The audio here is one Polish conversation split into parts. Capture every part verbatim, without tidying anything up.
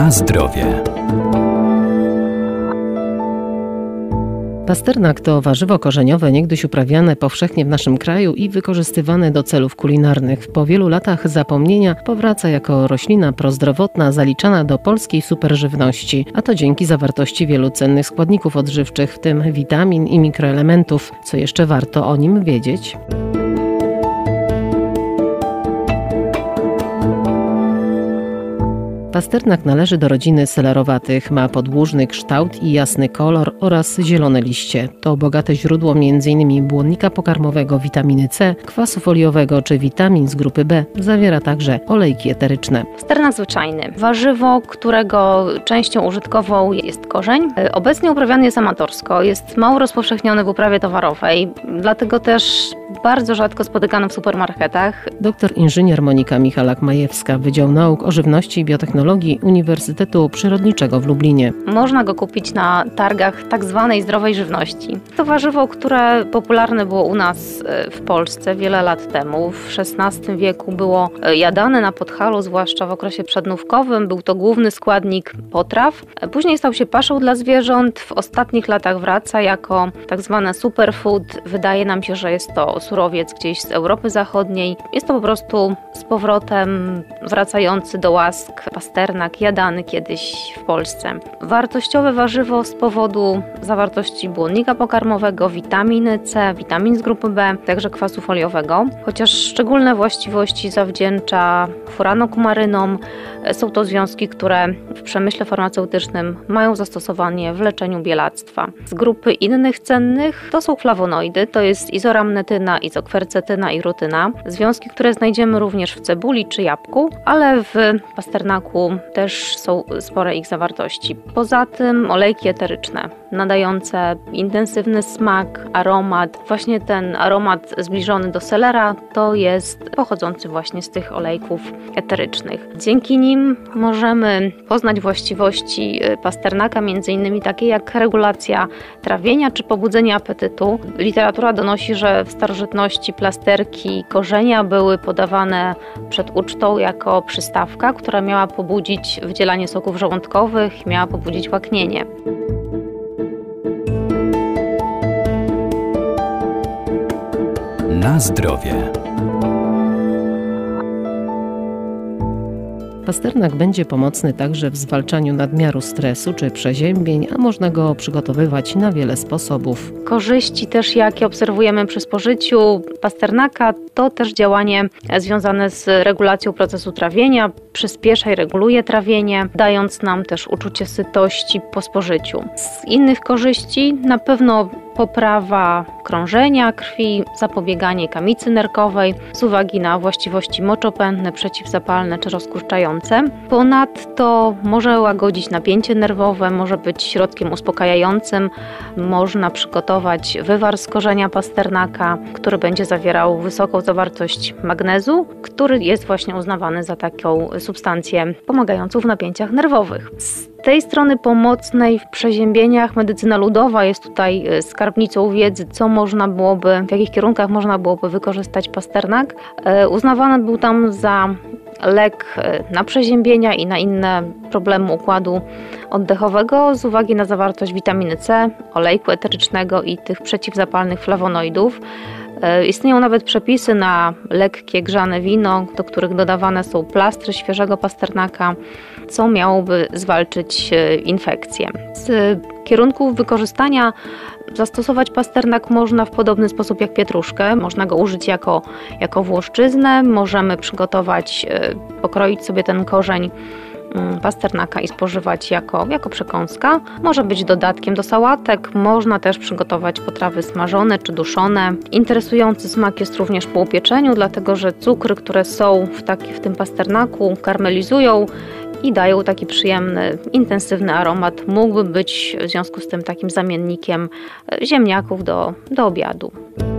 Na zdrowie. Pasternak to warzywo korzeniowe, niegdyś uprawiane powszechnie w naszym kraju i wykorzystywane do celów kulinarnych. Po wielu latach zapomnienia powraca jako roślina prozdrowotna zaliczana do polskiej superżywności, a to dzięki zawartości wielu cennych składników odżywczych, w tym witamin i mikroelementów. Co jeszcze warto o nim wiedzieć? Pasternak należy do rodziny selerowatych, ma podłużny kształt i jasny kolor oraz zielone liście. To bogate źródło między innymi błonnika pokarmowego, witaminy C, kwasu foliowego czy witamin z grupy B. Zawiera także olejki eteryczne. Pasternak zwyczajny. Warzywo, którego częścią użytkową jest korzeń. Obecnie uprawiany jest amatorsko, jest mało rozpowszechniony w uprawie towarowej, dlatego też bardzo rzadko spotykany w supermarketach. Doktor inżynier Monika Michalak-Majewska, Wydział Nauk o Żywności i Biotechnologii Uniwersytetu Przyrodniczego w Lublinie. Można go kupić na targach tak zwanej zdrowej żywności. To warzywo, które popularne było u nas w Polsce wiele lat temu. W szesnastym wieku było jadane na Podhalu, zwłaszcza w okresie przednówkowym. Był to główny składnik potraw. Później stał się paszą dla zwierząt. W ostatnich latach wraca jako tak zwane superfood. Wydaje nam się, że jest to surowiec gdzieś z Europy Zachodniej. Jest to po prostu z powrotem wracający do łask pasternak, jadany kiedyś w Polsce. Wartościowe warzywo z powodu zawartości błonnika pokarmowego, witaminy C, witamin z grupy B, także kwasu foliowego. Chociaż szczególne właściwości zawdzięcza furanokumarynom. Są to związki, które w przemyśle farmaceutycznym mają zastosowanie w leczeniu bielactwa. Z grupy innych cennych to są flawonoidy, to jest izoramnetyna, izokwercetyna i rutyna. Związki, które znajdziemy również w cebuli czy jabłku, ale w pasternaku też są spore ich zawartości. Poza tym olejki eteryczne, nadające intensywny smak, aromat. Właśnie ten aromat zbliżony do selera to jest pochodzący właśnie z tych olejków eterycznych. Dzięki nim możemy poznać właściwości pasternaka, między innymi takie jak regulacja trawienia czy pobudzenie apetytu. Literatura donosi, że w starożytności plasterki korzenia były podawane przed ucztą jako przystawka, która miała pobudzić wydzielanie soków żołądkowych, miała pobudzić łaknienie. Na zdrowie. Pasternak będzie pomocny także w zwalczaniu nadmiaru stresu czy przeziębień, a można go przygotowywać na wiele sposobów. Korzyści też, jakie obserwujemy przy spożyciu pasternaka, to też działanie związane z regulacją procesu trawienia, przyspiesza i reguluje trawienie, dając nam też uczucie sytości po spożyciu. Z innych korzyści na pewno poprawa krążenia krwi, zapobieganie kamicy nerkowej z uwagi na właściwości moczopędne, przeciwzapalne czy rozkurczające. Ponadto może łagodzić napięcie nerwowe, może być środkiem uspokajającym. Można przygotować wywar z korzenia pasternaka, który będzie zawierał wysoką zawartość magnezu, który jest właśnie uznawany za taką substancję pomagającą w napięciach nerwowych. Z tej strony pomocnej w przeziębieniach medycyna ludowa jest tutaj skarbnicą wiedzy, co można byłoby, w jakich kierunkach można byłoby wykorzystać pasternak. Uznawany był tam za lek na przeziębienia i na inne problemy układu oddechowego z uwagi na zawartość witaminy C, olejku eterycznego i tych przeciwzapalnych flawonoidów. Istnieją nawet przepisy na lekkie grzane wino, do których dodawane są plastry świeżego pasternaka, co miałoby zwalczyć infekcje. Z kierunków wykorzystania zastosować pasternak można w podobny sposób jak pietruszkę. Można go użyć jako, jako włoszczyznę, możemy przygotować, pokroić sobie ten korzeń pasternaka i spożywać jako, jako przekąska. Może być dodatkiem do sałatek, można też przygotować potrawy smażone czy duszone. Interesujący smak jest również po upieczeniu, dlatego że cukry, które są w, taki, w tym pasternaku, karmelizują i dają taki przyjemny, intensywny aromat. Mógłby być w związku z tym takim zamiennikiem ziemniaków do, do obiadu.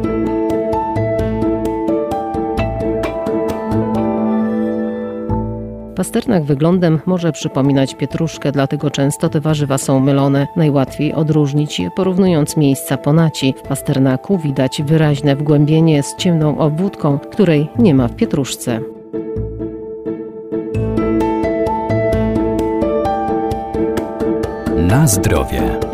Pasternak wyglądem może przypominać pietruszkę, dlatego często te warzywa są mylone. Najłatwiej odróżnić je, porównując miejsca ponaci. W pasternaku widać wyraźne wgłębienie z ciemną obwódką, której nie ma w pietruszce. Na zdrowie.